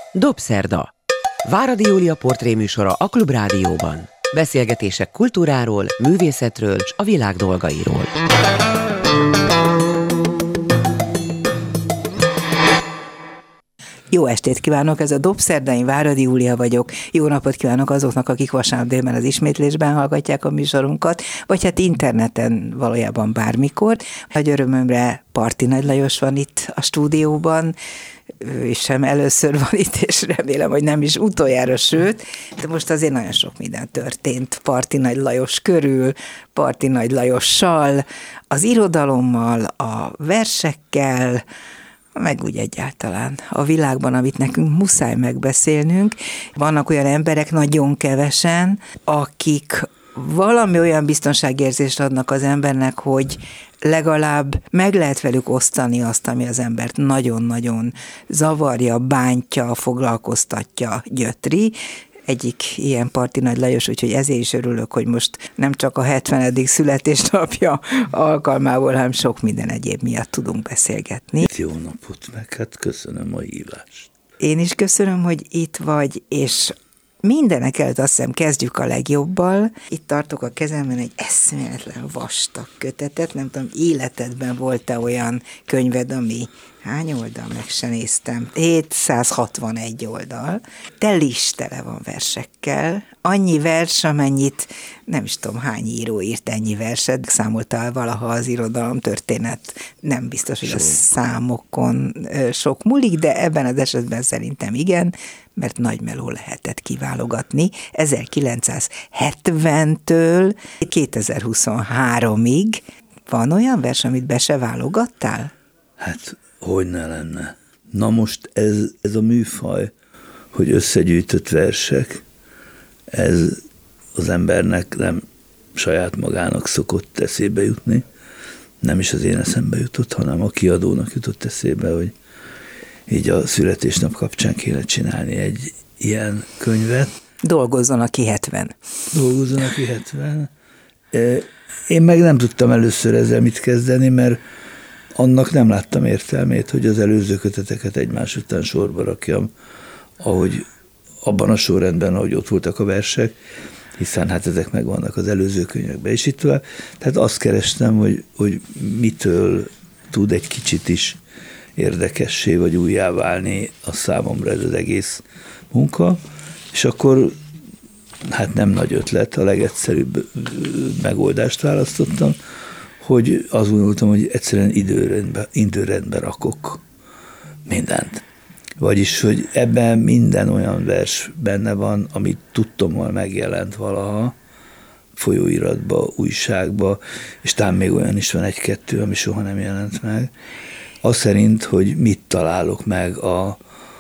Dobszerda. Váradi Júlia portréműsora a Klubrádióban. Beszélgetések kultúráról, művészetről és a világ dolgairól. Jó estét kívánok, ez a Dobszerda, én Váradi Júlia vagyok. Jó napot kívánok azoknak, akik vasárnap délben az ismétlésben hallgatják a műsorunkat, vagy hát interneten valójában bármikor. Nagy örömömre Parti Nagy Lajos van itt a stúdióban, ő is sem először van itt, és remélem, hogy nem is utoljára, sőt, de most azért nagyon sok minden történt Parti Nagy Lajos körül, Parti Nagy Lajossal, az irodalommal, a versekkel, meg úgy egyáltalán a világban, amit nekünk muszáj megbeszélnünk. Vannak olyan emberek, nagyon kevesen, akik valami olyan biztonságérzést adnak az embernek, hogy legalább meg lehet velük osztani azt, ami az embert nagyon-nagyon zavarja, bántja, foglalkoztatja, gyötri. Egyik ilyen Parti Nagy Lajos, úgyhogy ezért is örülök, hogy most nem csak a 70. születésnapja alkalmából, hanem sok minden egyéb miatt tudunk beszélgetni. Jó napot, meg hát köszönöm a hívást. Én is köszönöm, hogy itt vagy, és mindenek előtt azt hiszem kezdjük a legjobbal. Itt tartok a kezemben egy eszméletlen vastag kötetet, nem tudom, életedben volt-e olyan könyved, ami hány oldal, meg se néztem, 761 oldal, tele van versekkel, annyi vers, amennyit nem is tudom hány író írt ennyi verset, számoltál valaha az irodalom történet, nem biztos, hogy a számokon sok múlik, de ebben az esetben szerintem igen, mert nagy meló lehetett kiválogatni. 1970-től 2023-ig van olyan vers, amit be se válogattál? Hát, hogy ne lenne. Na most ez a műfaj, hogy összegyűjtött versek, ez az embernek nem saját magának szokott eszébe jutni, nem is az én eszembe jutott, hanem a kiadónak jutott eszébe, hogy így a születésnap kapcsán kéne csinálni egy ilyen könyvet. Dolgozzon, aki 70. Dolgozzon, aki 70. Én meg nem tudtam először ezzel mit kezdeni, mert annak nem láttam értelmét, hogy az előző köteteket egymás után sorba rakjam, ahogy abban a sorrendben, ahogy ott voltak a versek, hiszen hát ezek megvannak az előző könyvekben, és itt tovább. Tehát azt kerestem, hogy mitől tud egy kicsit is érdekessé vagy újjá válni a számomra ez az egész munka, és akkor hát nem nagy ötlet, a legegyszerűbb megoldást választottam, hogy azt gondoltam, hogy egyszerűen időrendbe rakok mindent. Vagyis, hogy ebben minden olyan vers benne van, amit tudtommal megjelent valaha, folyóiratba, újságba, és talán még olyan is van egy-kettő, ami soha nem jelent meg. Az szerint, hogy mit találok meg a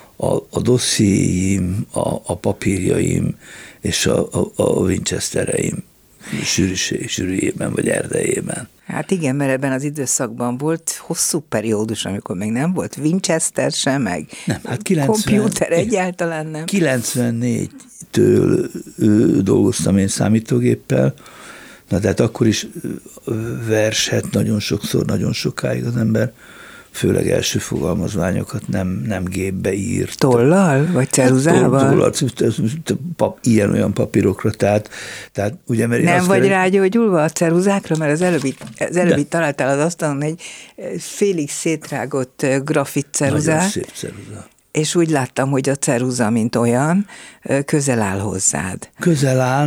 dossziéim, a papírjaim és a Winchestereim sűrűjében vagy erdejében. Hát igen, mert ebben az időszakban volt hosszú periódus, amikor még nem volt Winchester sem, meg nem, hát kompjúter egyáltalán nem. 94-től dolgoztam én számítógéppel, na tehát akkor is verset nagyon sokszor, nagyon sokáig az ember, főleg első fogalmazványokat nem gépbe írt. Tollal? Vagy ceruzával? Tollal, ilyen-olyan papírokra, tehát ugye, mert nem vagy rágyógyulva a ceruzákra, mert az előbbi találtál az asztalon egy félig szétrágott grafit ceruzát. Nagyon szép ceruza. És úgy láttam, hogy a ceruza, mint olyan, közel áll hozzád. Közel áll,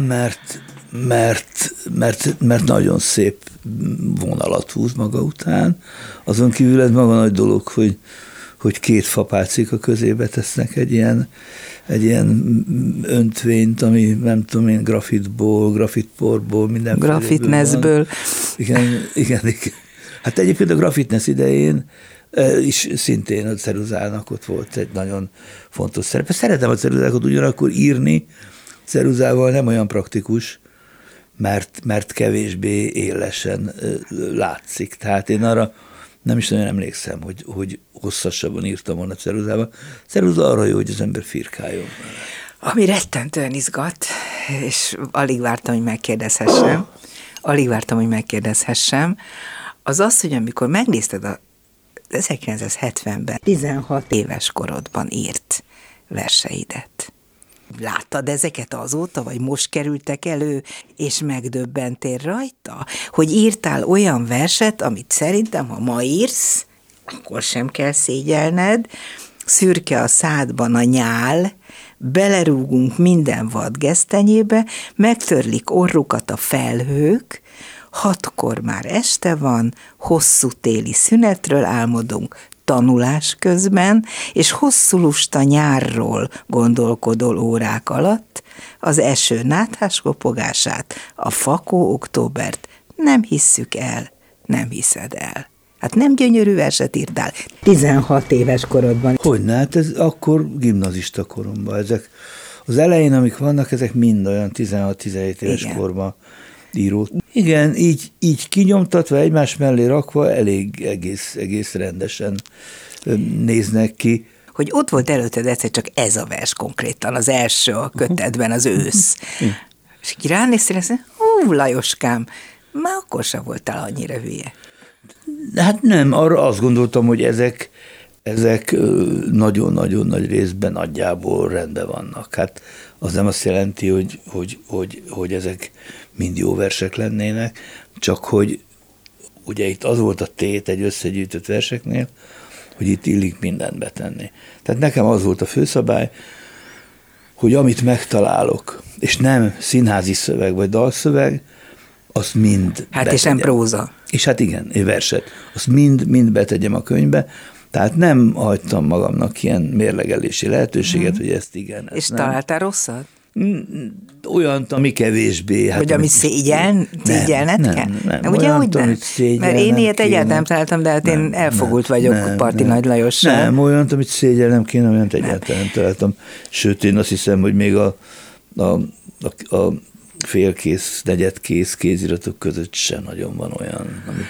mert nagyon szép vonalat húz maga után. Azon kívül ez maga nagy dolog, hogy két fapácika közébe tesznek egy ilyen öntvényt, ami nem tudom én, grafitporból, mindenféleből. Grafitneszből. Igen. Hát egyébként a grafitnesz idején is szintén a ceruzának ott volt egy nagyon fontos szerepe. Szeretem a ceruzákat, ugyanakkor írni ceruzával nem olyan praktikus, mert kevésbé élesen látszik. Tehát én arra nem is nagyon emlékszem, hogy hosszasabban írtam volna ceruzával. Ceruza arra jó, hogy az ember firkáljon. Ami rettentően izgat, és alig vártam, hogy megkérdezhessem, az, hogy amikor megnézted a 1970-ben 16 éves korodban írt verseidet. Láttad ezeket azóta, vagy most kerültek elő, és megdöbbentél rajta, hogy írtál olyan verset, amit szerintem, ha ma írsz, akkor sem kell szégyelned, szürke a szádban a nyál, belerúgunk minden vadgesztenyébe, megtörlik orrukat a felhők, 6-kor már este van, hosszú téli szünetről álmodunk, tanulás közben, és hosszú lusta nyárról gondolkodol órák alatt, az eső náthás kopogását, a fakó októbert nem hisszük el, nem hiszed el. Hát nem gyönyörű verset írtál 16 éves korodban. Hogyne, hát ez akkor gimnazista koromban. Ezek az elején, amik vannak, ezek mind olyan 16-17 éves korban író. Igen, így kinyomtatva, egymás mellé rakva elég egész rendesen néznek ki. Hogy ott volt előtted egyszer csak ez a vers konkrétan, az első a kötetben, az ősz. És ki ránéztél, és Lajoskám, már akkor sem voltál annyira hülye. Hát nem, arra azt gondoltam, hogy ezek nagyon-nagyon nagy részben nagyjából rendben vannak. Hát az nem azt jelenti, hogy ezek mind jó versek lennének, csak hogy ugye itt az volt a tét egy összegyűjtött verseknél, hogy itt illik mindent betenni. Tehát nekem az volt a főszabály, hogy amit megtalálok, és nem színházi szöveg vagy dalszöveg, azt mind Hát betegyem. és nem próza. És hát igen, egy verset. Azt mind betegyem a könyvbe, tehát nem hagytam magamnak ilyen mérlegelési lehetőséget, hogy ezt igen. Ezt és nem. Találtál rosszat? Olyan, ami kevésbé. Hát hogy ami szégyelned kell? Nem, ugye úgy nem? Mert én ilyet kéne. egyáltalán találtam, de hát én elfogult vagyok Parti Nagy Lajossal. Nem, olyan, amit szégyelnem kéne, olyant egyáltalán találtam. Sőt, én azt hiszem, hogy még a félkész, negyedkész kéziratok között sem nagyon van olyan, amit...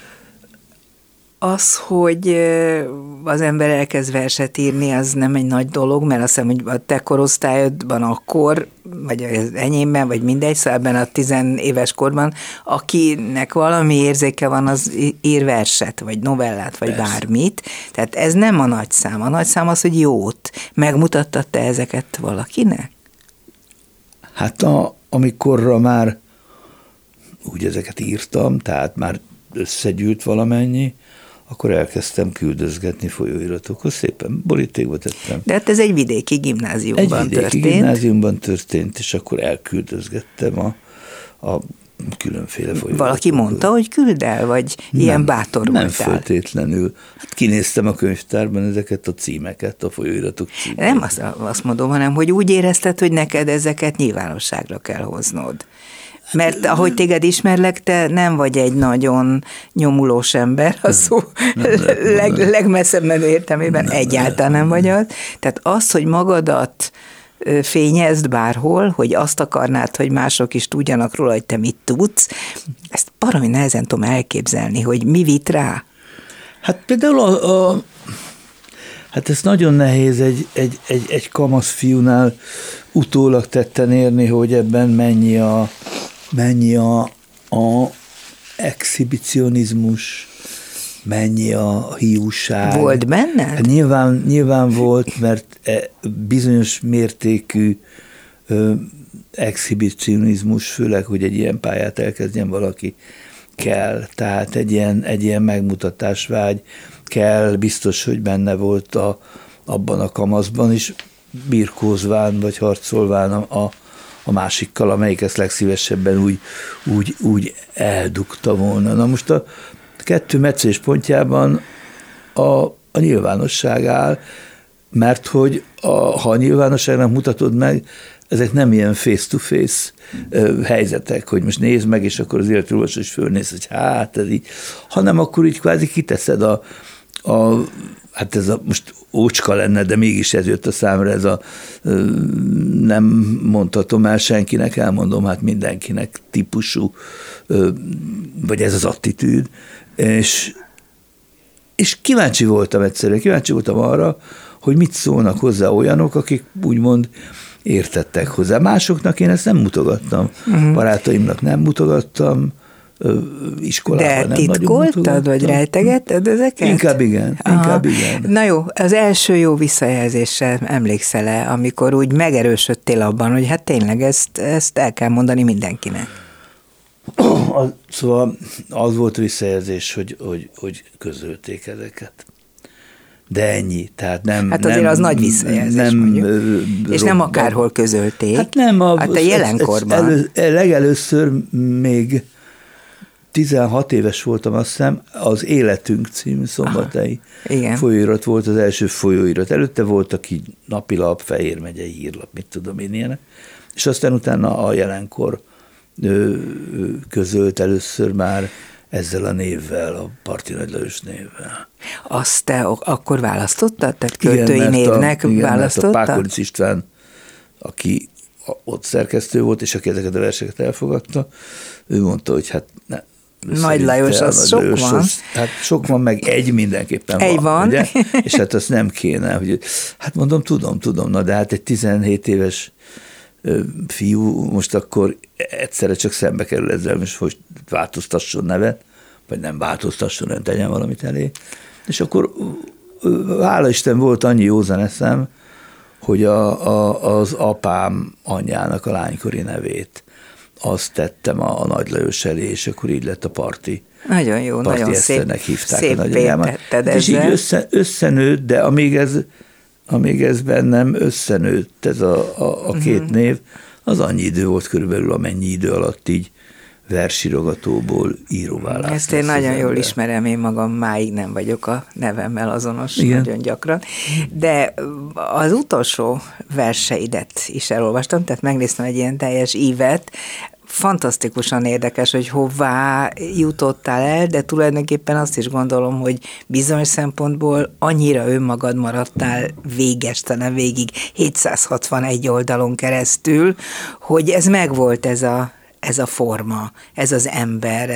Az, hogy az ember elkezd verset írni, az nem egy nagy dolog, mert azt hiszem, hogy a te korosztályodban akkor, vagy az enyémben, vagy mindegy, szóval ebben a 10 éves korban, akinek valami érzéke van, az ír verset, vagy novellát, vagy persze. Bármit. Tehát ez nem a nagy szám. A nagy szám az, hogy jót. Megmutattad te ezeket valakinek? Hát amikorra már úgy ezeket írtam, tehát már összegyűlt valamennyi, akkor elkezdtem küldözgetni folyóiratokhoz, szépen borítékba tettem. De hát ez egy vidéki gimnáziumban történt. Gimnáziumban történt, és akkor elküldözgettem a különféle folyóiratokhoz. Valaki mondta, hogy küld el, vagy nem, ilyen bátor voltál? Nem feltétlenül. Hát kinéztem a könyvtárban ezeket a címeket, a folyóiratok címeket. Nem azt mondom, hanem hogy úgy érezted, hogy neked ezeket nyilvánosságra kell hoznod. Mert ahogy téged ismerlek, te nem vagy egy nagyon nyomulós ember, a szó legmesszebb menő értelmében egyáltalán nem vagy az. Tehát az, hogy magadat fényezd bárhol, hogy azt akarnád, hogy mások is tudjanak róla, hogy te mit tudsz, ezt baromi nehezen tudom elképzelni, hogy mi vitt rá. Hát például hát ez nagyon nehéz egy kamasz fiúnál utólag tetten érni, hogy ebben mennyi a exhibicionizmus, mennyi a hiúság. Volt benned? Hát nyilván volt, mert bizonyos mértékű exhibicionizmus, főleg, hogy egy ilyen pályát elkezdjen valaki, kell. Tehát egy ilyen megmutatásvágy kell, biztos, hogy benne volt abban a kamaszban is, birkózván vagy harcolván a másikkal, amelyik ezt legszívesebben úgy eldugta volna. Na most a kettő meccés pontjában a nyilvánosság áll, mert hogy ha a nyilvánosságnak mutatod meg, ezek nem ilyen face-to-face helyzetek, hogy most nézd meg, és akkor az életolvasó is fölnéz, hogy hát ez így, hanem akkor így kvázi kiteszed hát ez most ócska lenne, de mégis ez jött a számra, ez nem mondhatom el senkinek, elmondom hát mindenkinek típusú, vagy ez az attitűd, és kíváncsi voltam arra, hogy mit szólnak hozzá olyanok, akik úgymond értettek hozzá. Másoknak én ezt nem mutogattam, barátaimnak nem mutogattam, iskolában nem titkoltad, vagy rejtegetted ezeket? Inkább igen. Na jó, az első jó visszajelzésre emlékszel-e, amikor úgy megerősödtél abban, hogy hát tényleg ezt el kell mondani mindenkinek? Szóval az volt a visszajelzés, hogy közölték ezeket. De ennyi, tehát nem... Hát azért az nagy visszajelzés, mondjuk. És nem akárhol közölték. Hát nem. Hát a jelenkorban. Legelőször még 16 éves voltam, azt hiszem, az Életünk című szombathelyi folyóirat volt az első folyóirat. Előtte voltak így napilap, Fejér megyei hírlap, mit tudom én ilyenek. És aztán utána a Jelenkor közölt először már ezzel a névvel, a Parti Nagy Lajos névvel. Azt te akkor választottad? Tehát költői névnek választottad? Mert a Pákoric István, aki ott szerkesztő volt, és aki ezeket a verseket elfogadta, ő mondta, hogy hát Nagy Lajos, az sok Lajos, van. Hát sok van, meg egy mindenképpen van. Ugye? És hát azt nem kéne. Hogy, hát mondom, tudom, na de hát egy 17 éves fiú most akkor egyszerre csak szembe kerül ezzel, hogy változtasson nevet, vagy nem változtasson, nem tegyen valamit elé. És akkor hála Isten volt annyi józan eszem, hogy az apám anyjának a lánykori nevét azt tettem a Nagy Lajos elé, és akkor így lett a Parti. Nagyon jó, nagyon szép tetted és így összenőtt, de amíg ez bennem összenőtt ez a két név, az annyi idő volt körülbelül, amennyi idő alatt így versirogatóból íróvá látsz. Ezt én nagyon jól ismerem, én magam máig nem vagyok a nevemmel azonos, nagyon gyakran. De az utolsó verseidet is elolvastam, tehát megnéztem egy ilyen teljes ívet, fantasztikusan érdekes, hogy hová jutottál el, de tulajdonképpen azt is gondolom, hogy bizonyos szempontból annyira önmagad maradtál végestelen végig 761 oldalon keresztül, hogy ez megvolt ez a forma, ez az ember,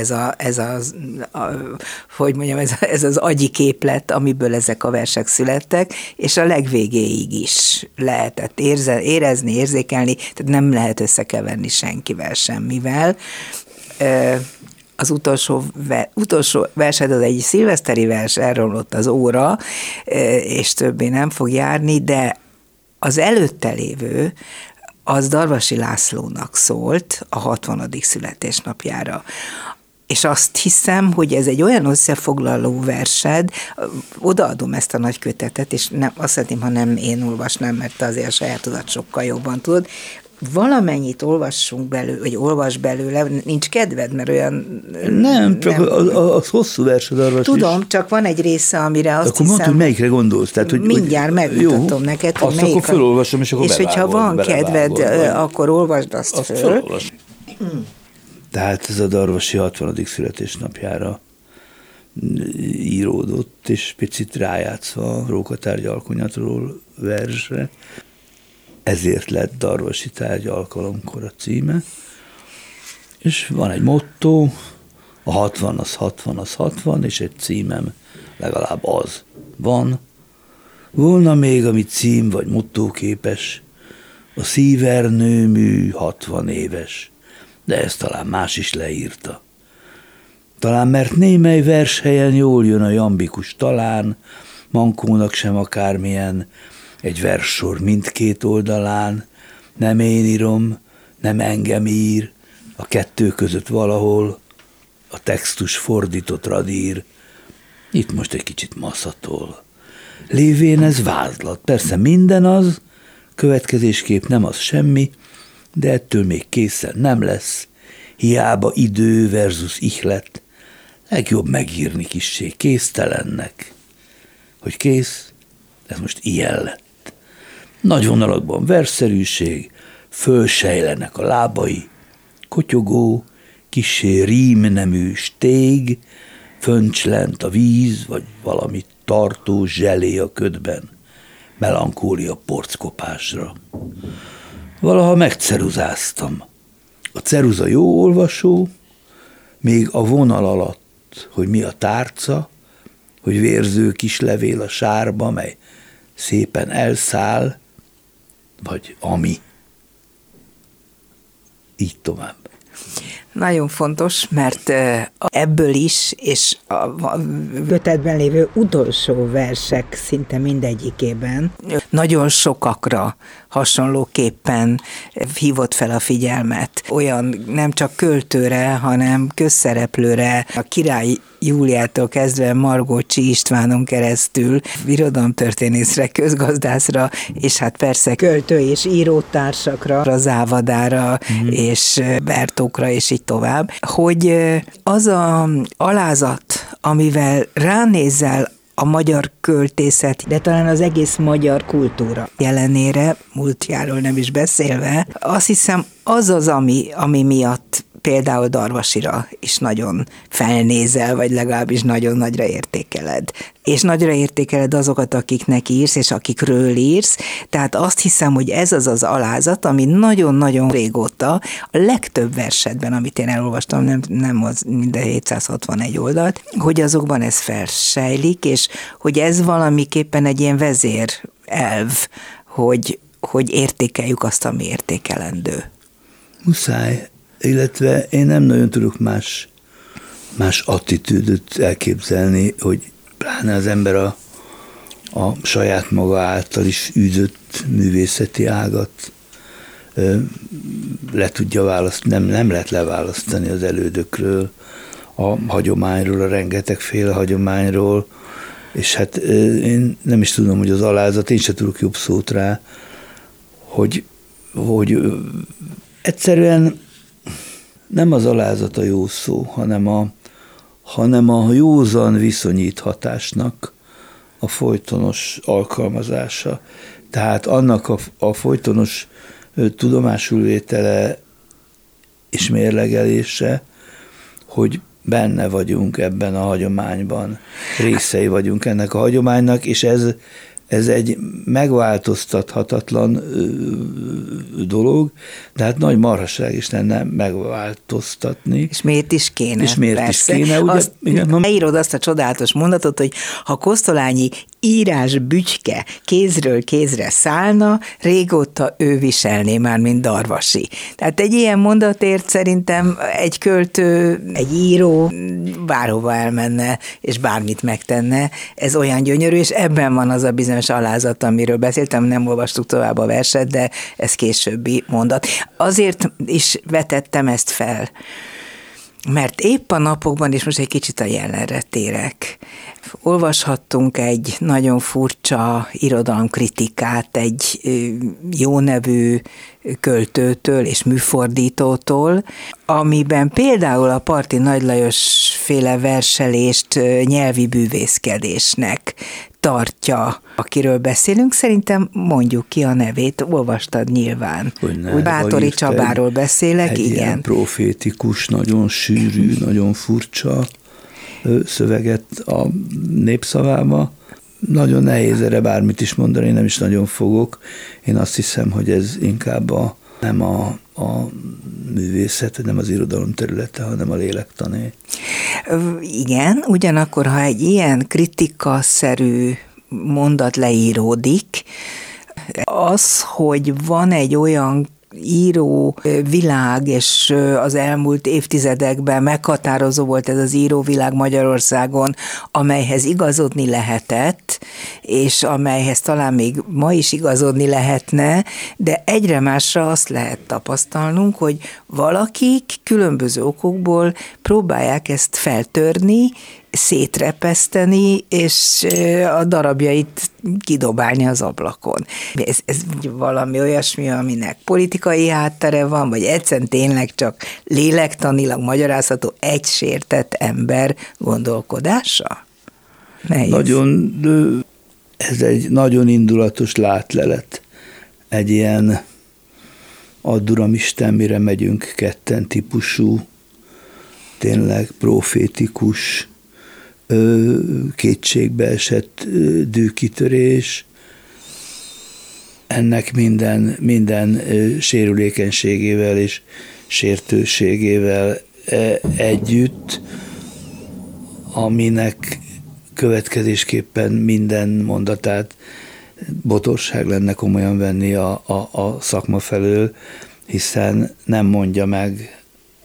ez az agyi képlet, amiből ezek a versek születtek, és a legvégéig is lehetett érezni, érzékelni, tehát nem lehet összekeverni senkivel, semmivel. Az utolsó versed az egy szilveszteri vers, elromlott az óra, és többé nem fog járni, de az előtte lévő, az Darvasi Lászlónak szólt a 60. születésnapjára. És azt hiszem, hogy ez egy olyan összefoglaló versed, odaadom ezt a nagy kötetet, és nem, azt szeretném, ha nem én olvasnám, mert te azért a sajátodat sokkal jobban tudod, valamennyit olvassunk belőle, vagy olvas belőle, nincs kedved, mert olyan... Nem, csak az hosszú vers a Darvas Tudom, is. csak van egy része, amire azt akkor hiszem... Akkor mondd, hogy melyikre gondolsz. Tehát, hogy mindjárt megmutatom neked, hogy azt melyik... akkor felolvasom, és akkor és hogyha van kedved, akkor olvasd azt föl. Tehát ez a Darvasi 60. születésnapjára íródott, és picit rájátszva a Rókatárgy alkonyatról versre. Ezért lett Darvasi tárgy alkalomkor a címe. És van egy motto, a 60 az 60 az 60, és egy címem legalább az van. Volna még, ami cím vagy motto képes, a szívernőmű 60 éves, de ezt talán más is leírta. Talán mert némely vershelyen jól jön a jambikus talán, mankónak sem akármilyen, egy verssor mindkét oldalán, nem én írom, nem engem ír, a kettő között valahol a textus fordított radír, itt most egy kicsit masszatol. Lévén ez vázlat, persze minden az, következésképp nem az semmi, de ettől még készen nem lesz, hiába idő versus ihlet, legjobb megírni kissé késztelennek, hogy kész, ez most ilyen lett. Nagy vonalakban versszerűség, fölsejlenek a lábai, kotyogó, kissé rímnemű stég, föncslent a víz, vagy valami tartó zselé a ködben, melankólia porckopásra. Valaha megceruzáztam. A ceruza jó olvasó, még a vonal alatt, hogy mi a tárca, hogy vérző kis levél a sárba, mely szépen elszáll, vagy ami. Így tovább. Nagyon fontos, mert ebből is, és a kötetben lévő utolsó versek szinte mindegyikében nagyon sokakra hasonlóképpen hívott fel a figyelmet. Olyan nem csak költőre, hanem közszereplőre, a Király Júliától kezdve Margócsi Istvánon keresztül, irodalomtörténészre, közgazdászra, és hát persze költő és írótársakra, Závadára, és Bertókra, és így tovább, hogy az a alázat, amivel ránézel a magyar költészet, de talán az egész magyar kultúra jelenére, múltjáról nem is beszélve, azt hiszem az, ami miatt például Darvasira is nagyon felnézel, vagy legalábbis nagyon nagyra értékeled. És nagyra értékeled azokat, akiknek írsz, és akikről írsz. Tehát azt hiszem, hogy ez az alázat, ami nagyon-nagyon régóta a legtöbb versedben, amit én elolvastam, nem az minden 761 oldalt, hogy azokban ez felsejlik, és hogy ez valamiképpen egy ilyen vezérelv, hogy értékeljük azt, ami értékelendő. Muszáj. Illetve én nem nagyon tudok más attitűdöt elképzelni, hogy pláne az ember a saját maga által is űzött művészeti ágat le tudja választani, nem lehet leválasztani az elődökről, a hagyományról, a rengetegféle hagyományról, és hát én nem is tudom, hogy az alázat, én sem tudok jobb szót rá, hogy egyszerűen nem az alázat a jó szó, hanem a józan viszonyíthatásnak a folytonos alkalmazása. Tehát annak a folytonos tudomásulvétele és mérlegelése, hogy benne vagyunk ebben a hagyományban, részei vagyunk ennek a hagyománynak, és ez egy megváltoztathatatlan dolog, de hát nagy marhaság is lenne megváltoztatni. És miért is kéne? És miért persze. Is kéne? Ugye, leírod azt a csodálatos mondatot, hogy ha Kosztolányi írás bütyke kézről kézre szállna, régóta ő viselné már, mint Darvasi. Tehát egy ilyen mondatért szerintem egy költő, egy író bárhova elmenne, és bármit megtenne. Ez olyan gyönyörű, és ebben van az a bizonyos alázat, amiről beszéltem, nem olvastuk tovább a verset, de ez későbbi mondat. Azért is vetettem ezt fel, mert épp a napokban, és most egy kicsit a jelenre térek, olvashattunk egy nagyon furcsa irodalomkritikát egy jó nevű költőtől és műfordítótól, amiben például a Parti Nagy Lajos féle verselést nyelvi bűvészkedésnek tartja, akiről beszélünk. Szerintem mondjuk ki a nevét, olvastad nyilván. Úgy Báthori Csabáról beszélek, egy igen. Ilyen profétikus, nagyon sűrű, nagyon furcsa szöveget a Népszavába. Nagyon nehéz erre bármit is mondani, nem is nagyon fogok. Én azt hiszem, hogy ez inkább nem a művészet, nem az irodalom területe, hanem a lélektané. Igen, ugyanakkor, ha egy ilyen kritikaszerű mondat leíródik, az, hogy van egy olyan író világ, és az elmúlt évtizedekben meghatározó volt ez az íróvilág Magyarországon, amelyhez igazodni lehetett, és amelyhez talán még ma is igazodni lehetne, de egyre másra azt lehet tapasztalnunk, hogy valakik különböző okokból próbálják ezt feltörni, szétrepeszteni, és a darabjait kidobálni az ablakon. Ez valami olyasmi, aminek politikai háttere van, vagy egyszerűen tényleg csak lélektanilag magyarázható egy sértett ember gondolkodása? Ez egy nagyon indulatos látlelet. Egy ilyen add Uram Isten, mire megyünk ketten típusú, tényleg profétikus, kétségbe esett dűkitörés, ennek minden sérülékenységével és sértőségével együtt, aminek következésképpen minden mondatát botorság lenne komolyan venni a szakma felől, hiszen nem mondja meg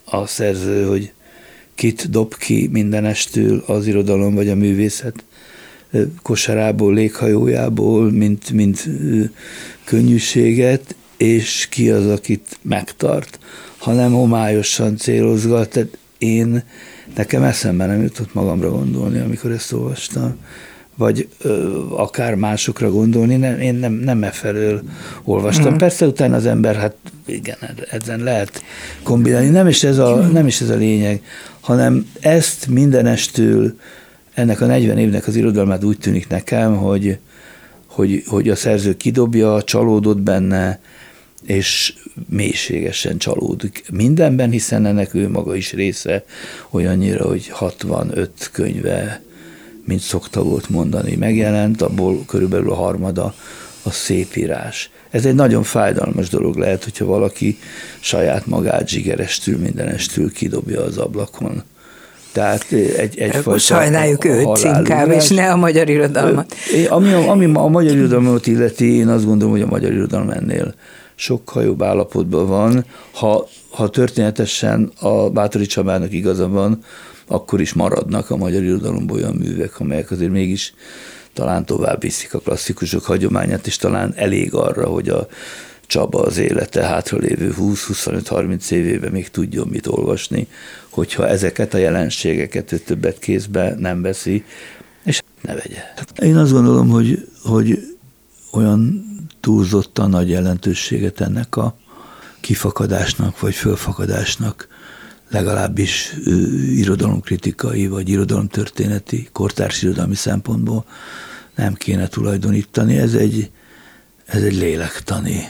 a szerző, hogy kit dob ki mindenestül az irodalom vagy a művészet kosarából, léghajójából, mint könnyűséget, és ki az, akit megtart, hanem homályosan célozgat. Tehát nekem eszembe nem jutott magamra gondolni, amikor ezt olvastam, vagy akár másokra gondolni, én nem efelől olvastam. Persze utána az ember, hát igen, ezen lehet kombinálni. Nem is ez a lényeg, hanem ezt mindenestől, ennek a 40 évnek az irodalmát úgy tűnik nekem, hogy a szerző kidobja, csalódott benne, és mélységesen csalódik mindenben, hiszen ennek ő maga is része olyannyira, hogy 65 könyve, mint szokta volt mondani, megjelent, abból körülbelül a harmada a szépírás. Ez egy nagyon fájdalmas dolog lehet, hogyha valaki saját magát zsigerestül, mindenestül kidobja az ablakon. Tehát egyfajta sajnáljuk őt inkább, és ne a magyar irodalmat. Ami a magyar irodalmat illeti, én azt gondolom, hogy a magyar irodalom ennél sokkal jobb állapotban van. Ha történetesen a Báthory Csabának igaza van, akkor is maradnak a magyar irodalomban olyan művek, amelyek azért mégis talán tovább viszik a klasszikusok hagyományát, és talán elég arra, hogy a Csaba az élete hátralévő 20-25-30 évében még tudjon mit olvasni, hogyha ezeket a jelenségeket ő többet kézbe nem veszi, és ne vegye. Én azt gondolom, hogy olyan túlzottan nagy jelentőséget ennek a kifakadásnak, vagy fölfakadásnak legalábbis irodalomkritikai, vagy irodalomtörténeti, kortárs irodalmi szempontból nem kéne tulajdonítani. Ez egy lélektani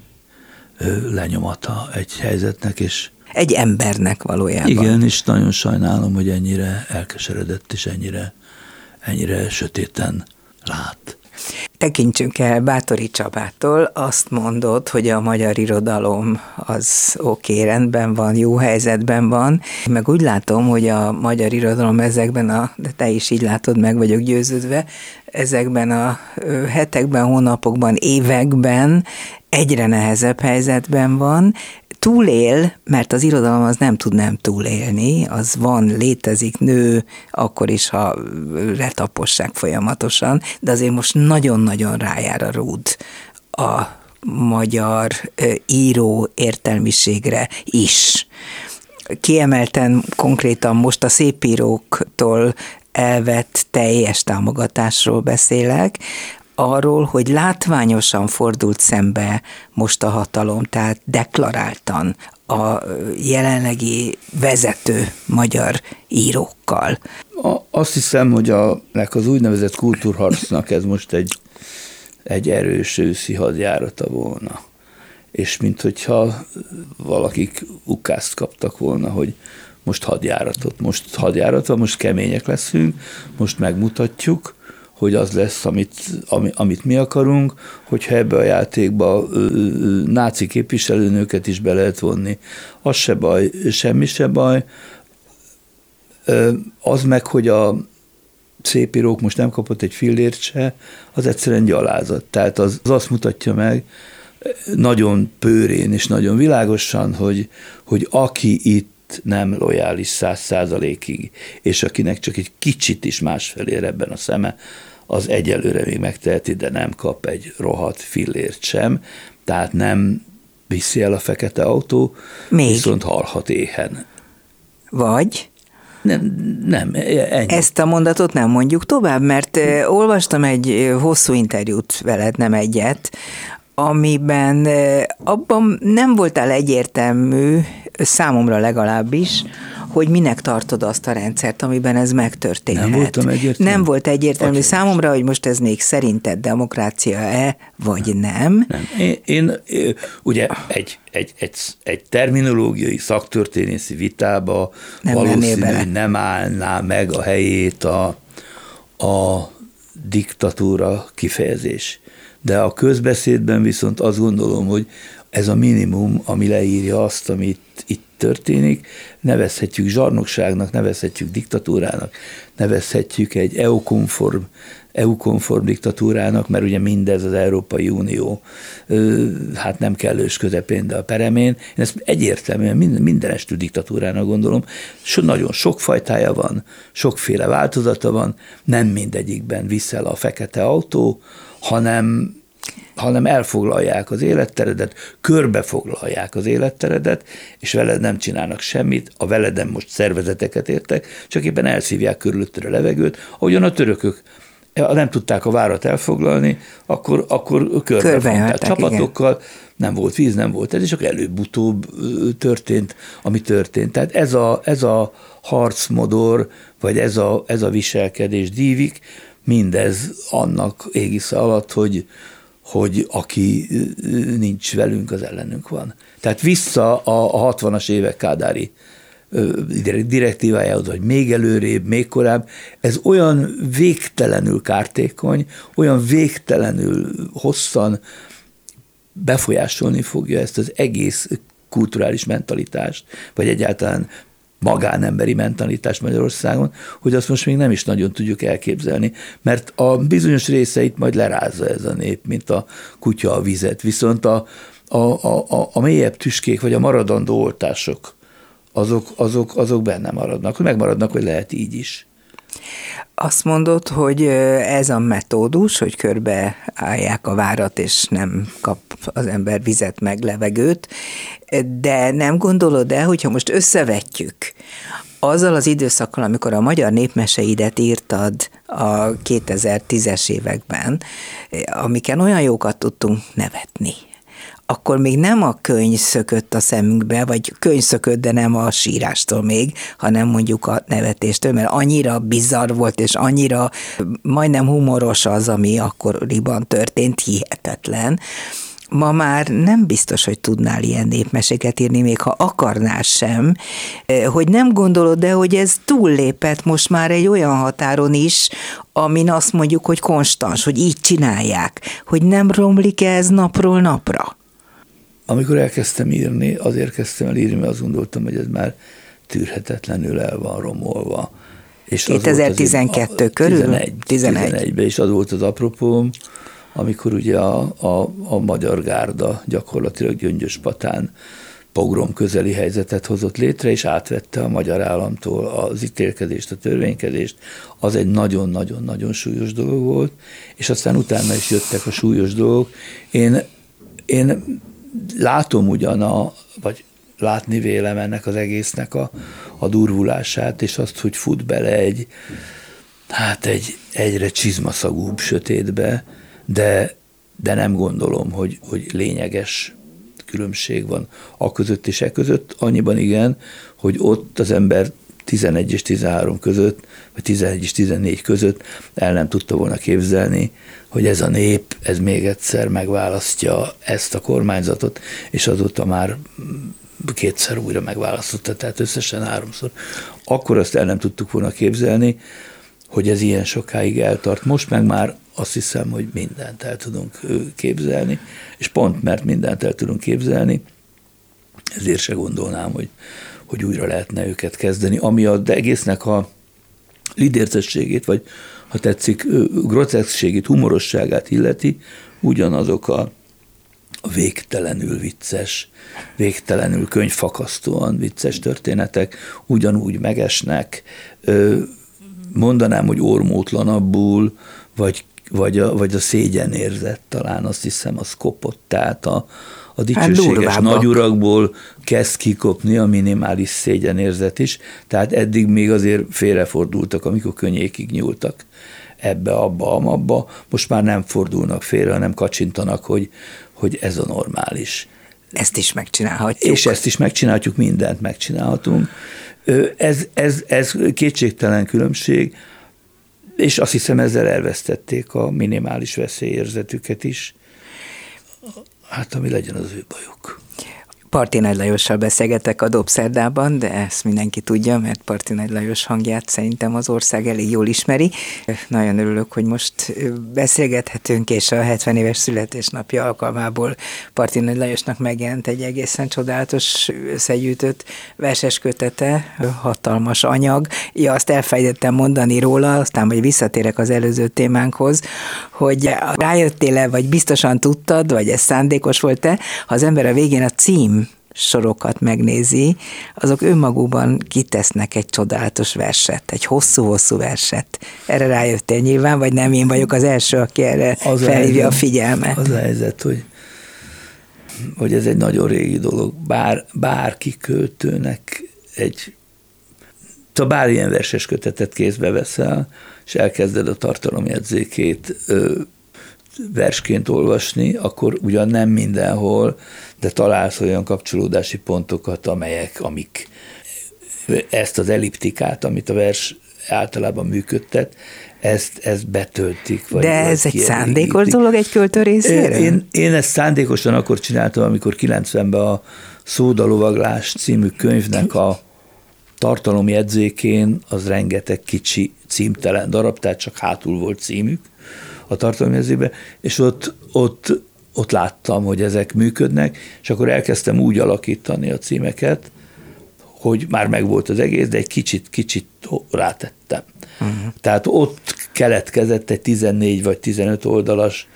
lenyomata egy helyzetnek, és egy embernek valójában. Igen, és nagyon sajnálom, hogy ennyire elkeseredett, és ennyire sötéten lát. Tekintsünk el Báthory Csabától, azt mondod, hogy a magyar irodalom az oké, rendben van, jó helyzetben van, meg úgy látom, hogy a magyar irodalom ezekben de te is így látod, meg vagyok győződve, ezekben a hetekben, hónapokban, években egyre nehezebb helyzetben van, túlél, mert az irodalom az nem tud nem túlélni, az van, létezik, nő, akkor is, ha letapossák folyamatosan, de azért most nagyon-nagyon rájár a rúd a magyar író értelmiségre is. Kiemelten konkrétan most a szépíróktól elvett teljes támogatásról beszélek, arról, hogy látványosan fordult szembe most a hatalom, tehát deklaráltan a jelenlegi vezető magyar írókkal. Azt hiszem, hogy az úgynevezett kultúrharcnak ez most egy erős őszi hadjárata volna. És minthogyha valakik ukázt kaptak volna, hogy most hadjárat van, most kemények leszünk, most megmutatjuk, hogy az lesz, amit mi akarunk, hogyha ebbe a játékba náci képviselőnőket is be lehet vonni. Az se baj, semmi se baj. Az meg, hogy a szépírók most nem kapott egy fillért se, az egyszerűen gyalázat. Tehát az azt mutatja meg nagyon pőrén és nagyon világosan, hogy aki itt nem lojális 100%-ig, és akinek csak egy kicsit is másfelé ebben a szeme, az egyelőre még megteheti, de nem kap egy rohadt fillért sem, tehát nem viszi el a fekete autó, viszont halhat éhen. Vagy? Nem, ennyi. Ezt a mondatot nem mondjuk tovább, mert olvastam egy hosszú interjút veled, nem egyet, amiben abban nem voltál egyértelmű, számomra legalábbis, hogy minek tartod azt a rendszert, amiben ez megtörténhet. Nem voltam egyértelmű. Nem volt egyértelmű számomra, hogy most ez még szerinted demokrácia-e, vagy nem. Nem. Én ugye egy terminológiai, szaktörténészi vitába valószínű nem állná meg a helyét a diktatúra kifejezés. de a közbeszédben viszont azt gondolom, hogy ez a minimum, ami leírja azt, amit itt történik, nevezhetjük zsarnokságnak, nevezhetjük diktatúrának, nevezhetjük egy EU-konform diktatúrának, mert ugye mindez az Európai Unió hát nem kellős közepén, de a peremén. Én ezt egyértelműen mindenestül diktatúrának gondolom. Nagyon sok fajtája van, sokféle változata van, nem mindegyikben viszel a fekete autó, hanem elfoglalják az életteredet, körbefoglalják az életteredet, és veled nem csinálnak semmit, a veleden most szervezeteket értek, csak éppen elszívják körülötted a levegőt, ahogyan a törökök nem tudták a várat elfoglalni, akkor körbefonták csapatokkal, igen. Nem volt víz, nem volt ez, és csak előbb-utóbb történt, ami történt. Tehát ez a harcmodor, vagy ez a viselkedés dívik, mindez annak égisze alatt, hogy aki nincs velünk, az ellenünk van. Tehát vissza a 60-as évek kádári direktívájához, vagy még előrébb, még korább, ez olyan végtelenül kártékony, olyan végtelenül hosszan befolyásolni fogja ezt az egész kulturális mentalitást, vagy egyáltalán magánemberi mentalitás Magyarországon, hogy azt most még nem is nagyon tudjuk elképzelni, mert a bizonyos részeit majd lerázza ez a nép, mint a kutya a vizet, viszont a mélyebb tüskék, vagy a maradandó oltások, azok benne maradnak, megmaradnak, hogy lehet így is. Azt mondod, hogy ez a metódus, hogy körbeállják a várat, és nem kap az ember vizet meg levegőt, de nem gondolod el, hogyha most összevetjük azzal az időszakkal, amikor a magyar népmeseidet írtad a 2010-es években, amiken olyan jókat tudtunk nevetni, akkor még nem a könyv szökött a szemünkbe, vagy könyv szökött, de nem a sírástól még, hanem mondjuk a nevetéstől, mert annyira bizarr volt, és annyira majdnem humoros az, ami akkoriban történt, hihetetlen. Ma már nem biztos, hogy tudnál ilyen népmeséket írni, még ha akarnál sem, hogy nem gondolod, de hogy ez túllépett most már egy olyan határon is, amin azt mondjuk, hogy konstans, hogy így csinálják, hogy nem romlik ez napról napra. Amikor elkezdtem írni, azért kezdtem el írni, mert azt gondoltam, hogy ez már tűrhetetlenül el van romolva. És 2012 körül? 11-ben, és az volt az apropóm, amikor ugye a magyar gárda gyakorlatilag Gyöngyöspatán pogrom közeli helyzetet hozott létre, és átvette a magyar államtól az ítélkezést, a törvénykezést. Az egy nagyon-nagyon-nagyon súlyos dolog volt, és aztán utána is jöttek a súlyos dolgok. Én látom vagy látni vélem ennek az egésznek a durvulását, és azt, hogy fut bele egy egyre csizmaszagúbb sötétbe, de nem gondolom, hogy lényeges különbség van a között és e között. Annyiban igen, hogy ott az ember 11 és 13 között, vagy 11 és 14 között el nem tudta volna képzelni, hogy ez a nép, ez még egyszer megválasztja ezt a kormányzatot, és azóta már kétszer újra megválasztotta, tehát összesen 3-szor. Akkor azt el nem tudtuk volna képzelni, hogy ez ilyen sokáig eltart. Most meg már azt hiszem, hogy mindent el tudunk képzelni, és pont mert mindent el tudunk képzelni, ezért se gondolnám, hogy újra lehetne őket kezdeni, ami az egésznek a lidércességét, vagy ha tetszik, groteszkségét, humorosságát illeti, ugyanazok a végtelenül vicces, végtelenül könyvfakasztóan vicces történetek ugyanúgy megesnek, mondanám, hogy ormótlanabbul, vagy a szégyenérzet talán, azt hiszem, az kopott, tehát a dicsőséges nagyurakból kezd kikopni a minimális szégyenérzet is, tehát eddig még azért félrefordultak, amikor könnyékig nyúltak ebbe, abba, most már nem fordulnak félre, hanem kacsintanak, hogy ez a normális. Ezt is megcsinálhatjuk. És ezt is megcsinálhatjuk, mindent megcsinálhatunk. Ez kétségtelen különbség, és azt hiszem ezzel elvesztették a minimális veszélyérzetüket is. Hát ami legyen az ő bajuk. Parti Nagy Lajossal beszélgetek a Dobszerdában, de ezt mindenki tudja, mert Parti Nagy Lajos hangját szerintem az ország elég jól ismeri. Nagyon örülök, hogy most beszélgethetünk, és a 70 éves születésnapja alkalmából Parti Nagy Lajosnak megjelent egy egészen csodálatos összegyűjtött verses kötete, hatalmas anyag. Ja, azt elfelejtettem mondani róla, aztán majd visszatérek az előző témánkhoz, hogy rájöttél-e, vagy biztosan tudtad, vagy ez szándékos volt-e, ha az ember a végén a cím sorokat megnézi, azok önmagukban kitesznek egy csodálatos verset, egy hosszú-hosszú verset. Erre rájöttél nyilván, vagy nem én vagyok az első, aki erre felhívja a figyelmet? Az a helyzet, hogy ez egy nagyon régi dolog. Bárki költőnek bármilyen verses kötetet kézbe veszel, és elkezded a tartalomjegyzékét versként olvasni, akkor ugyan nem mindenhol, de találsz olyan kapcsolódási pontokat, amik ezt az elliptikát, amit a vers általában működtet, ezt betöltik. De ez egy szándékos dolog egy költő részéről? Én ezt szándékosan akkor csináltam, amikor 90-ben a Szódalovaglás című könyvnek a tartalomjegyzékén az rengeteg kicsi címtelen darab, tehát csak hátul volt címük a tartalomjegyzékben, és ott láttam, hogy ezek működnek, és akkor elkezdtem úgy alakítani a címeket, hogy már megvolt az egész, de egy kicsit rátettem. Uh-huh. Tehát ott keletkezett egy 14 vagy 15 oldalas,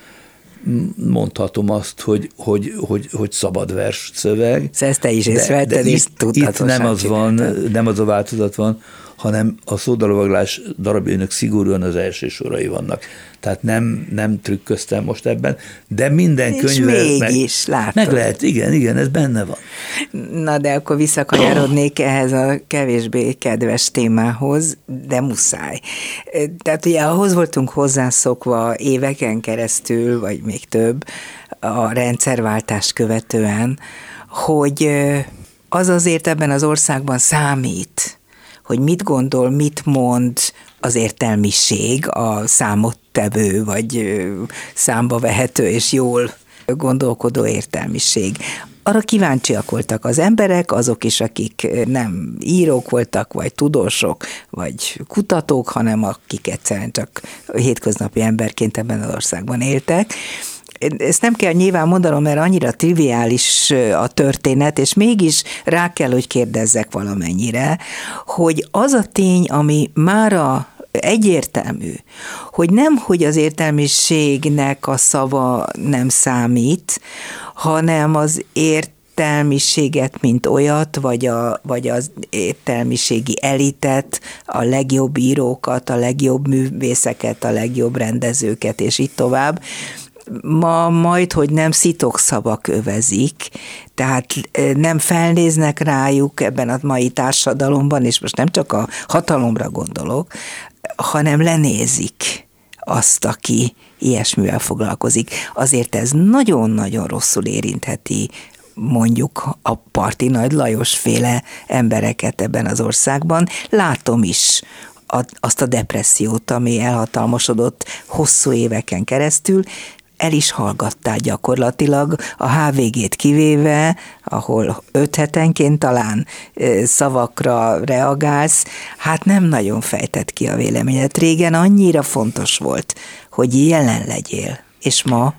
mondhatom azt, hogy szabad vers szöveg. Ezt te is észrevetted, és tudtatosan nem az a változat van, hanem a Szódalovaglás darabjainak szigorúan az első sorai vannak. Tehát nem trükköztem most ebben, de minden könyvvel mégis látod. Meg lehet, igen, ez benne van. Na, de akkor visszakanyarodnék ehhez a kevésbé kedves témához, de muszáj. Tehát ugye ahhoz voltunk hozzászokva éveken keresztül, vagy még több, a rendszerváltást követően, hogy az azért ebben az országban számít, hogy mit gondol, mit mond az értelmiség, a számottevő, vagy számba vehető és jól gondolkodó értelmiség. Arra kíváncsiak voltak az emberek, azok is, akik nem írók voltak, vagy tudósok, vagy kutatók, hanem akik egyszerűen csak hétköznapi emberként ebben az országban éltek. Ezt nem kell nyilván mondanom, mert annyira triviális a történet, és mégis rá kell, hogy kérdezzek valamennyire, hogy az a tény, ami mára egyértelmű, hogy nem, hogy az értelmiségnek a szava nem számít, hanem az értelmiséget, mint olyat, vagy az értelmiségi elitet, a legjobb írókat, a legjobb művészeket, a legjobb rendezőket, és így tovább, ma majd, hogy nem szitokszavak övezik, tehát nem felnéznek rájuk ebben a mai társadalomban, és most nem csak a hatalomra gondolok, hanem lenézik azt, aki ilyesmivel foglalkozik. Azért ez nagyon-nagyon rosszul érintheti mondjuk a Parti Nagy Lajos féle embereket ebben az országban. Látom is azt a depressziót, ami elhatalmasodott hosszú éveken keresztül, el is hallgattál gyakorlatilag, a HVG-t kivéve, ahol 5 hetenként talán szavakra reagálsz, hát nem nagyon fejtett ki a véleményet. Régen annyira fontos volt, hogy jelen legyél. És ma?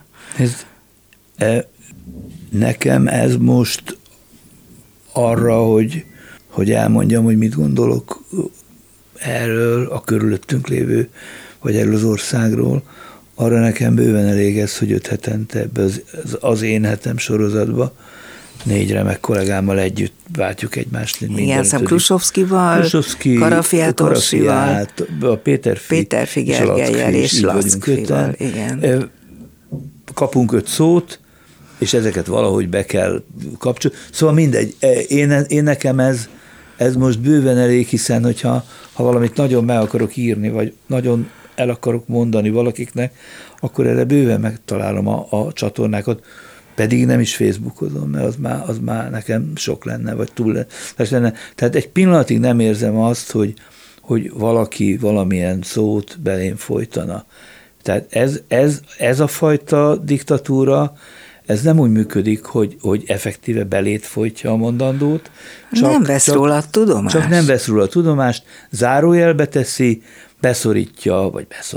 Nekem ez most arra, hogy elmondjam, hogy mit gondolok erről a körülöttünk lévő, vagy erről az országról, arra nekem bőven elég ez, hogy 5 hetente ebbe az Én hetem sorozatba 4 remek kollégámmal együtt váltjuk egymást. Igen, Krusovszkival, Karafiátorsival, a Péter Gergellyel és Lackfival. Igen. Kapunk 5 szót, és ezeket valahogy be kell kapcsolni. Szóval mindegy, én nekem ez most bőven elég, hiszen hogyha valamit nagyon meg akarok írni, vagy nagyon el akarok mondani valakiknek, akkor erre bőven megtalálom a csatornákat, pedig nem is Facebookozom, mert az már nekem sok lenne, vagy túl lenne. Tehát egy pillanatig nem érzem azt, hogy valaki valamilyen szót belém folytana. Tehát ez a fajta diktatúra, ez nem úgy működik, hogy effektíve belét folytja a mondandót. Nem vesz róla tudomást. Csak nem vesz róla tudomást, zárójelbe teszi, beszorítja.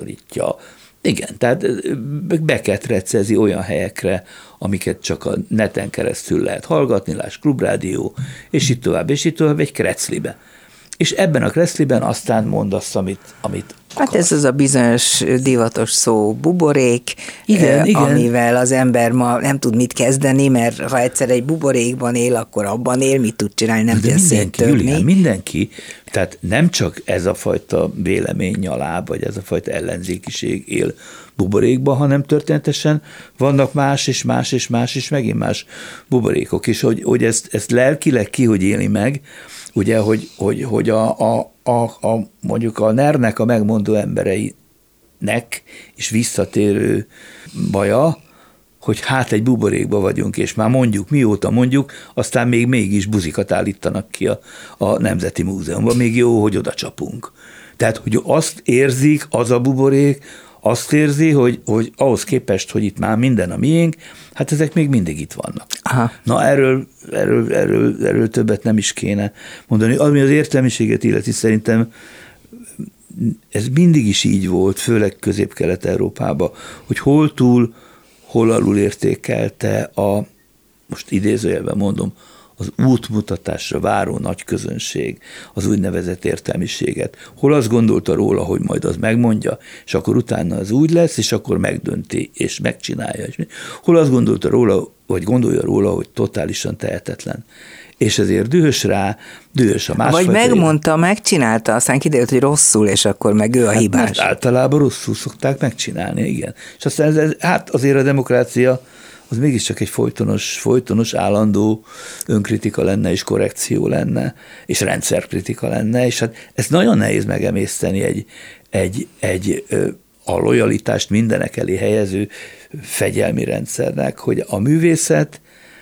Igen, tehát beketrecezi olyan helyekre, amiket csak a neten keresztül lehet hallgatni, lásd Klubrádió, és itt tovább, egy kreclibe. És ebben a krecliben aztán mondasz, amit Hát akarsz. ez az a bizonyos divatos szó buborék, Igen. amivel az ember ma nem tud mit kezdeni, mert ha egyszer egy buborékban él, akkor abban él, mit tud csinálni, nem tudja széttörni. Julián, mindenki, tehát nem csak ez a fajta véleménynyalá, vagy ez a fajta ellenzékiség él buborékban, hanem történetesen vannak más, megint más buborékok, és hogy ezt lelkileg ki, hogy éli meg, ugye, hogy mondjuk a NER-nek a megmondó embereinek is visszatérő baja, hogy hát egy buborékba vagyunk, és már mondjuk, mióta mondjuk, aztán mégis buzikat állítanak ki a Nemzeti Múzeumban, még jó, hogy oda csapunk. Tehát, hogy azt érzik, az a buborék, azt érzi, hogy ahhoz képest, hogy itt már minden a miénk, hát ezek még mindig itt vannak. Aha. Na erről többet nem is kéne mondani. Ami az értelmiséget illeti, szerintem ez mindig is így volt, főleg Közép-Kelet-Európában, hogy hol túl, hol alul értékelte most idézőjelben mondom, az útmutatásra váró nagy közönség, az úgynevezett értelmiséget. Hol azt gondolta róla, hogy majd az megmondja, és akkor utána az úgy lesz, és akkor megdönti, és megcsinálja. Hol azt gondolta róla, vagy gondolja róla, hogy totálisan tehetetlen. És ezért dühös a másfajta. Vagy megmondta, megcsinálta, aztán kiderült, hogy rosszul, és akkor meg ő a hibás. Mert általában rosszul szokták megcsinálni, igen. És aztán hát azért a demokrácia az mégiscsak egy folytonos állandó önkritika lenne, és korrekció lenne, és rendszerkritika lenne, és hát ezt nagyon nehéz megemészteni a lojalitást mindenek elé helyező fegyelmi rendszernek, hogy a művészet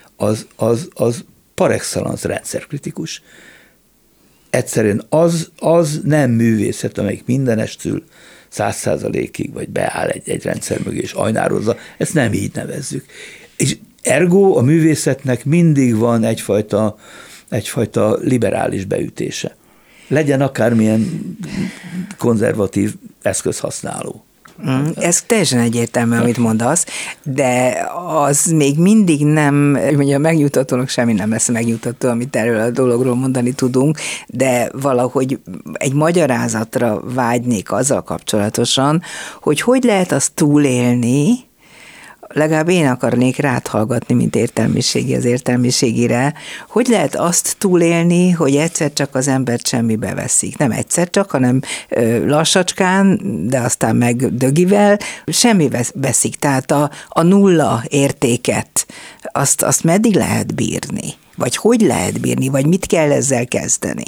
az par excellence rendszerkritikus. Egyszerűen az nem művészet, amelyik mindenestül 100%-ig vagy beáll egy rendszer mögé és ajnározza, ezt nem így nevezzük. És ergo a művészetnek mindig van egyfajta liberális beütése. Legyen akármilyen konzervatív eszközhasználó. Ez teljesen egyértelmű, amit mondasz, de az még mindig nem, ugye a megnyugtatónak semmi nem lesz megnyugtató, amit erről a dologról mondani tudunk, de valahogy egy magyarázatra vágynék azzal kapcsolatosan, hogy lehet azt túlélni, legalább én akarnék rád hallgatni, mint értelmiségi az értelmiségire, hogy lehet azt túlélni, hogy egyszer csak az embert semmibe veszik. Nem egyszer csak, hanem lassacskán, de aztán meg dögivel, semmi veszik. Tehát a nulla értéket, azt meddig lehet bírni? Vagy hogy lehet bírni? Vagy mit kell ezzel kezdeni?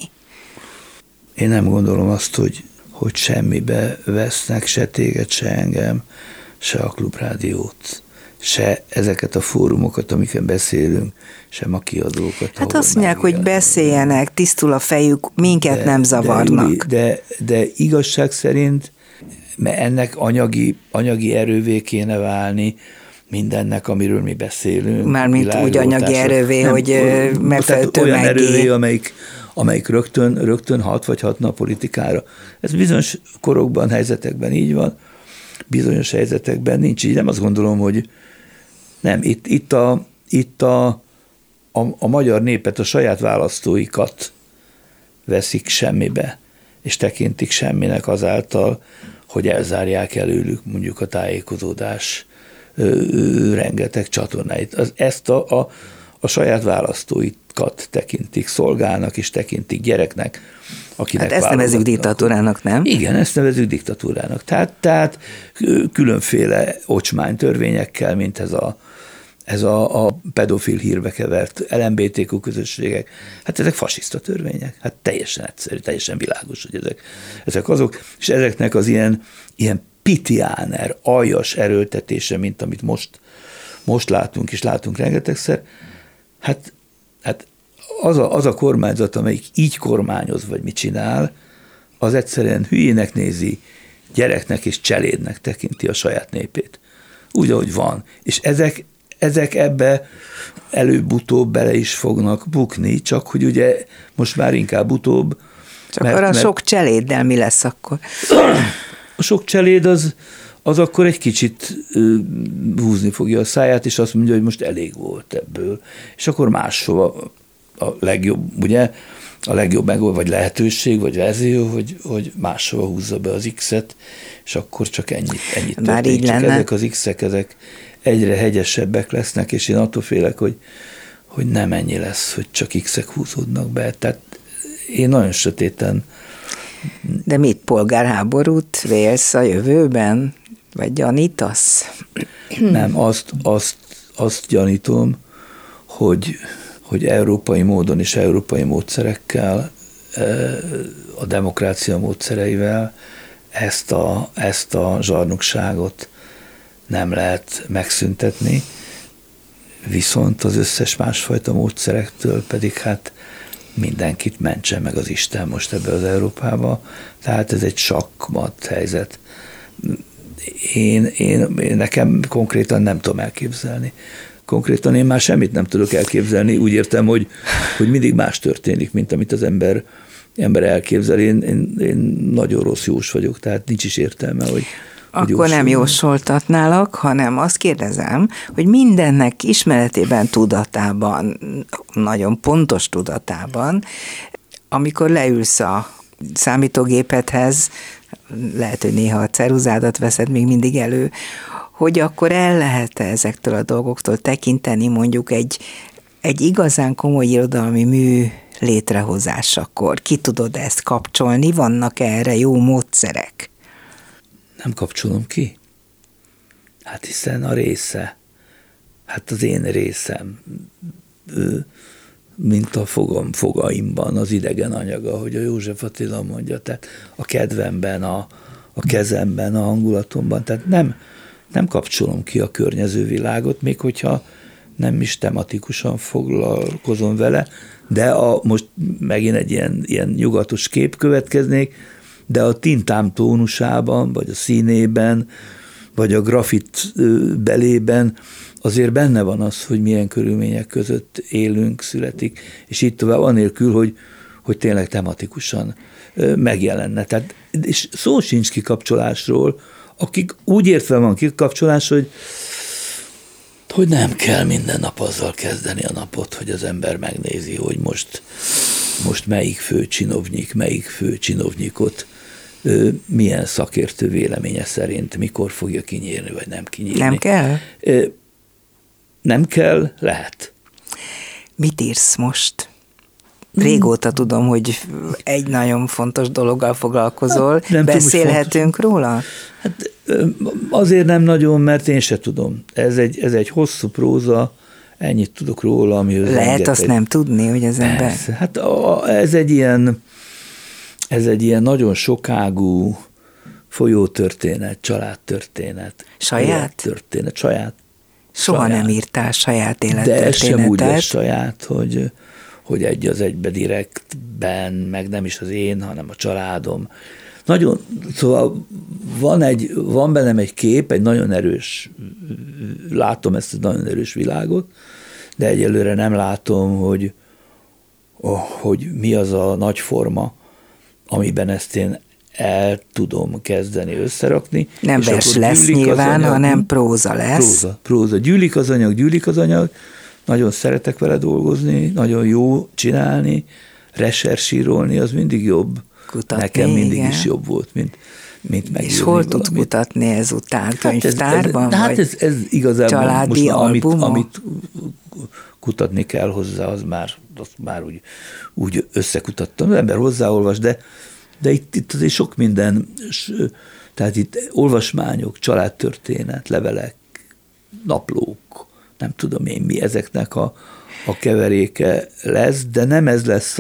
Én nem gondolom azt, hogy semmibe vesznek se téged, se engem, se a Klubrádiót, se ezeket a fórumokat, amiken beszélünk, sem a kiadókat. Hát azt mondják, hogy beszéljenek, tisztul a fejük, minket nem zavarnak. De igazság szerint, mert ennek anyagi erővé kéne válni, mindennek, amiről mi beszélünk. Mármint úgy anyagi erővé, hogy megfelelő tömegé. Olyan erővé, amelyik rögtön hat vagy hatna a politikára. Ez bizonyos korokban, helyzetekben így van, bizonyos helyzetekben nincs így. Nem azt gondolom, hogy nem, itt a magyar népet, a saját választóikat veszik semmibe, és tekintik semminek azáltal, hogy elzárják előlük mondjuk a tájékozódás rengeteg csatornáit. Ezt a saját választóikat tekintik szolgálnak, és tekintik gyereknek, akinek hát ezt nevezzük diktatúrának, nem? Igen, ezt nevezzük diktatúrának. Tehát különféle ocsmánytörvényekkel, mint ez a pedofil hírbe kevert LMBTQ közösségek, hát ezek fasiszta törvények. Hát teljesen egyszerű, teljesen világos, hogy ezek azok, és ezeknek az ilyen pitiáner, aljas erőltetése, mint amit most látunk, és látunk rengetegszer, hát az a kormányzat, amelyik így kormányoz, vagy mit csinál, az egyszerűen hülyének nézi, gyereknek és cselédnek tekinti a saját népét. Úgy, ahogy van. És ezek ebbe előbb-utóbb bele is fognak bukni, csak hogy ugye most már inkább utóbb. Csak arra sok cseléddel mi lesz akkor? A sok cseléd az akkor egy kicsit húzni fogja a száját, és azt mondja, hogy most elég volt ebből. És akkor máshova a legjobb, ugye, a legjobb megoldás, vagy lehetőség, vagy verzió, hogy máshova húzza be az X-et, és akkor csak ennyit történik. Csak ezek az X-ek, ezek egyre hegyesebbek lesznek, és én attól félek, hogy nem ennyi lesz, hogy csak X-ek húzódnak be. Tehát én nagyon sötéten. De mit, polgárháborút vélsz a jövőben? Vagy gyanítasz? Nem, azt gyanítom, hogy európai módon és európai módszerekkel, a demokrácia módszereivel ezt a zsarnokságot nem lehet megszüntetni, viszont az összes másfajta módszerektől pedig hát mindenkit mentse meg az Isten most ebbe az Európába. Tehát ez egy sakkmat helyzet. Én nekem konkrétan nem tudom elképzelni. Konkrétan én már semmit nem tudok elképzelni, úgy értem, hogy mindig más történik, mint amit az ember elképzel. Én nagyon rossz jós vagyok, tehát nincs is értelme, hogy akkor nem jósoltatnálak, hanem azt kérdezem, hogy mindennek ismeretében, tudatában, nagyon pontos tudatában, amikor leülsz a számítógépedhez, lehet, hogy néha a ceruzádat veszed még mindig elő, hogy akkor el lehet-e ezektől a dolgoktól tekinteni mondjuk egy igazán komoly irodalmi mű létrehozásakor? Ki tudod ezt kapcsolni? Vannak erre jó módszerek? Nem kapcsolom ki. Hát hiszen a része, hát az én részem, mint a fogaimban az idegen anyaga, hogy a József Attila mondja, tehát a kedvemben, a kezemben, a hangulatomban, tehát nem kapcsolom ki a környező világot, még hogyha nem is tematikusan foglalkozom vele, de most megint egy ilyen nyugatos kép következnék, de a tintám tónusában, vagy a színében, vagy a grafit belében azért benne van az, hogy milyen körülmények között élünk, születik, és így tovább, anélkül, hogy tényleg tematikusan megjelenne. Tehát, és szó sincs kikapcsolásról, akik úgy értve van kikapcsolás, hogy nem kell minden nap azzal kezdeni a napot, hogy az ember megnézi, hogy most melyik főcsinovnyikot milyen szakértő véleménye szerint mikor fogja kinyírni, vagy nem kinyírni. Nem kell? Nem kell, lehet. Mit írsz most? Régóta tudom, hogy egy nagyon fontos dologgal foglalkozol. Beszélhetünk róla? Hát azért nem nagyon, mert én se tudom. Ez egy hosszú próza, ennyit tudok róla, amihez lehet azt nem tudni, hogy az ember... Persze. Hát ez egy ilyen nagyon sokágú folyótörténet, családtörténet. Saját? Történet, saját. Soha nem írtál saját élettörténetet. De ez sem úgy lesz saját, hogy egy az egybe direktben, meg nem is az én, hanem a családom. Nagyon, szóval van bennem egy kép, egy nagyon erős, látom ezt a nagyon erős világot, de egyelőre nem látom, hogy mi az a nagy forma, amiben ezt én el tudom kezdeni összerakni. Nem vers lesz nyilván, hanem próza lesz. Próza. Gyűlik az anyag, nagyon szeretek vele dolgozni, nagyon jó csinálni, resersírolni, az mindig jobb. Kutatni, nekem mindig igen. is jobb volt, mint megírni. És hol tudsz kutatni ezután? Könyvtárban? Ez igazából családi most amit kutatni kell hozzá, azt már úgy összekutattam. Az ember hozzáolvas, de itt azért sok minden, tehát itt olvasmányok, családtörténet, levelek, naplók, nem tudom én mi ezeknek a keveréke lesz, de nem ez lesz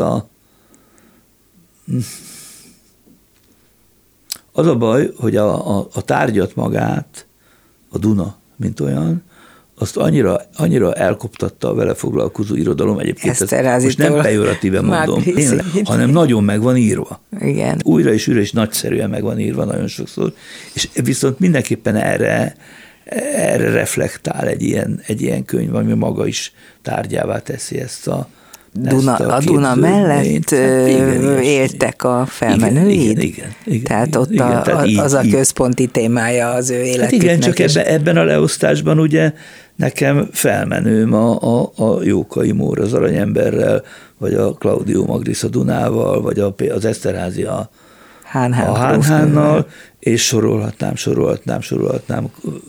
az a baj, hogy a tárgyat magát, a Duna, mint olyan, azt annyira elkoptatta a vele foglalkozó irodalom, egyébként ezt most nem pejoratíven mondom, hanem nagyon meg van írva. Igen. Újra és nagyszerűen meg van írva nagyon sokszor, és viszont mindenképpen erre reflektál egy ilyen könyv, ami maga is tárgyává teszi ezt a Duna mellett éltek a felmenőid? Igen. Tehát ott igen, az a központi témája az ő életüknek. Hát igen, csak ebben a leosztásban ugye nekem felmenőm a Jókai Mór az Aranyemberrel, vagy a Claudio Magris a Dunával, vagy az Eszterházy a Hánhánnal, és sorolhatnám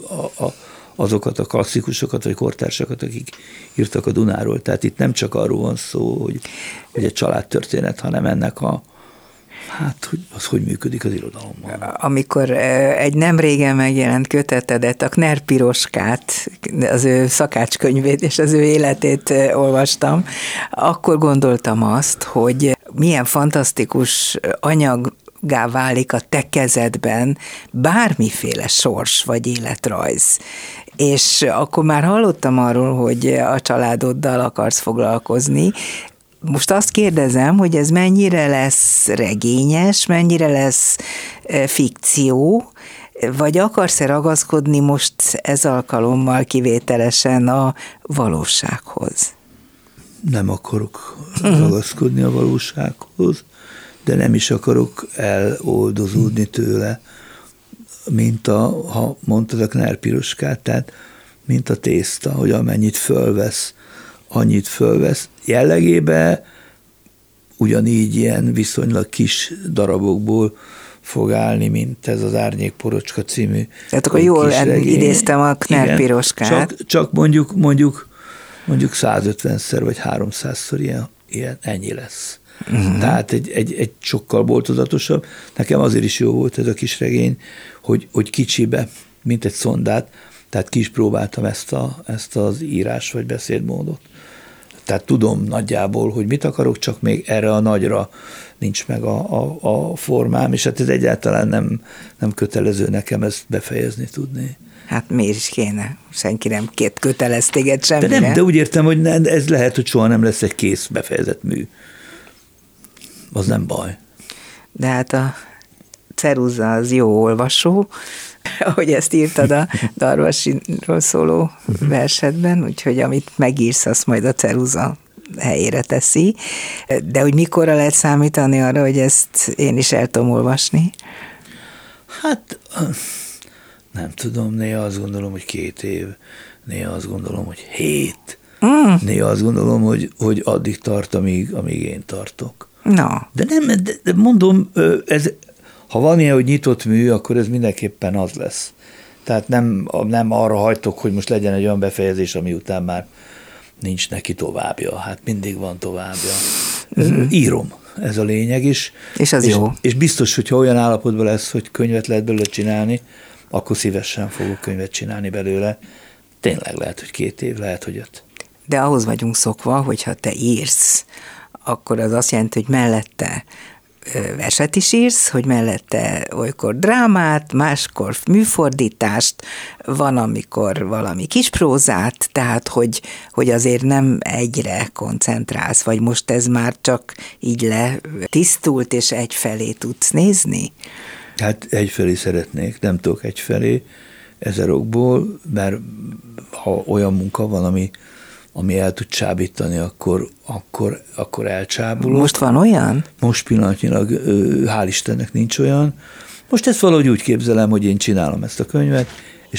azokat a klasszikusokat, vagy kortársakat, akik írtak a Dunáról. Tehát itt nem csak arról van szó, hogy egy családtörténet, hanem ennek hogy működik az irodalomban. Amikor egy nem régen megjelent kötetedet, a Kner Piroskát, az ő szakácskönyvét és az ő életét olvastam, akkor gondoltam azt, hogy milyen fantasztikus anyaggá válik a te kezedben bármiféle sors vagy életrajz. És akkor már hallottam arról, hogy a családoddal akarsz foglalkozni. Most azt kérdezem, hogy ez mennyire lesz regényes, mennyire lesz fikció, vagy akarsz-e ragaszkodni most ez alkalommal kivételesen a valósághoz? Nem akarok ragaszkodni a valósághoz, de nem is akarok eloldozódni tőle, mint ha mondtad a Kner Piroskát, tehát mint a tészta, hogy amennyit fölvesz, annyit fölvesz. Jellegében ugyanígy ilyen viszonylag kis darabokból fog állni, mint ez az Árnyékporocska című. Tehát akkor jól idéztem a Kner Piroskát. Csak mondjuk 150-szer vagy 300-szor ilyen ennyi lesz. Uh-huh. Tehát egy sokkal boltozatosabb. Nekem azért is jó volt ez a kis regény, hogy kicsibe, mint egy szondát, tehát ki is próbáltam ezt az írás vagy beszédmódot. Tehát tudom nagyjából, hogy mit akarok, csak még erre a nagyra nincs meg a formám, és hát ez egyáltalán nem kötelező nekem ezt befejezni tudni. Hát miért is kéne? Senki nem kötelez téged semmire. De úgy értem, hogy ez lehet, hogy soha nem lesz egy kész befejezett mű. Az nem baj. De hát a ceruza az jó olvasó, ahogy ezt írtad a Darvasiról szóló versedben, úgyhogy amit megírsz, azt majd a ceruza helyére teszi. De hogy mikorra lehet számítani arra, hogy ezt én is el tudom olvasni? Hát nem tudom, néha azt gondolom, hogy 2 év, néha azt gondolom, hogy 7, néha azt gondolom, hogy addig tart, amíg én tartok. No. De mondom, ha van ilyen, hogy nyitott mű, akkor ez mindenképpen az lesz. Tehát nem arra hagytok, hogy most legyen egy olyan befejezés, ami után már nincs neki továbbja. Hát mindig van továbbja. Írom, ez a lényeg is. És az jó. És biztos, hogyha olyan állapotban lesz, hogy könyvet lehet belőle csinálni, akkor szívesen fogok könyvet csinálni belőle. Tényleg lehet, hogy 2 év, lehet, hogy 5. De ahhoz vagyunk szokva, hogyha te írsz, akkor az azt jelenti, hogy mellette verset is írsz, hogy mellette olykor drámát, máskor műfordítást, van, amikor valami kis prózát, tehát hogy azért nem egyre koncentrálsz, vagy most ez már csak így letisztult, és egyfelé tudsz nézni? Hát egyfelé szeretnék, nem tudok egyfelé, ezer okból, mert ha olyan munka van, ami el tud csábítani, akkor elcsábulok. Most van olyan? Most pillanatnyilag, hál' Istennek nincs olyan. Most ezt valahogy úgy képzelem, hogy én csinálom ezt a könyvet, és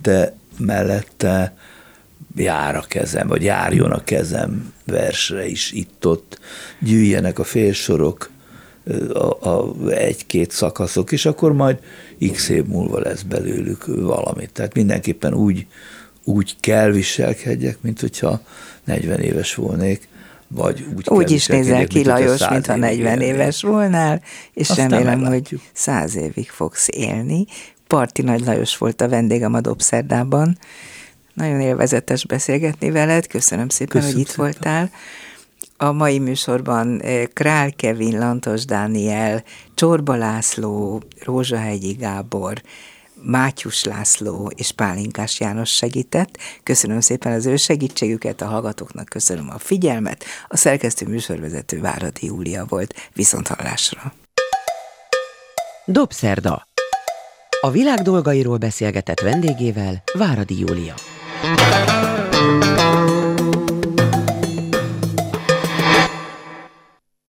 mellette jár a kezem, vagy járjon a kezem versre is itt-ott, gyűjjenek a félsorok, a 1-2 szakaszok, és akkor majd x év múlva lesz belőlük valamit. Tehát mindenképpen úgy kell viselkedjek, mint hogyha 40 éves volnék, vagy úgy is nézel ki, Lajos, mintha 40 éves volnál, és aztán remélem, hogy 100 évig fogsz élni. Parti Nagy Lajos volt a vendégem a Dobszerdában. Nagyon élvezetes beszélgetni veled, köszönöm szépen, hogy itt voltál. A mai műsorban Král Kevin, Lantos Dániel, Csorba László, Rózsahegyi Gábor, Mátyus László és Pálinkás János segített. Köszönöm szépen az ő segítségüket, a hallgatóknak köszönöm a figyelmet. A szerkesztő műsorvezető Váradi Júlia volt. Viszonthallásra. Dobszerda. A világ dolgairól beszélgetett vendégével Váradi Júlia.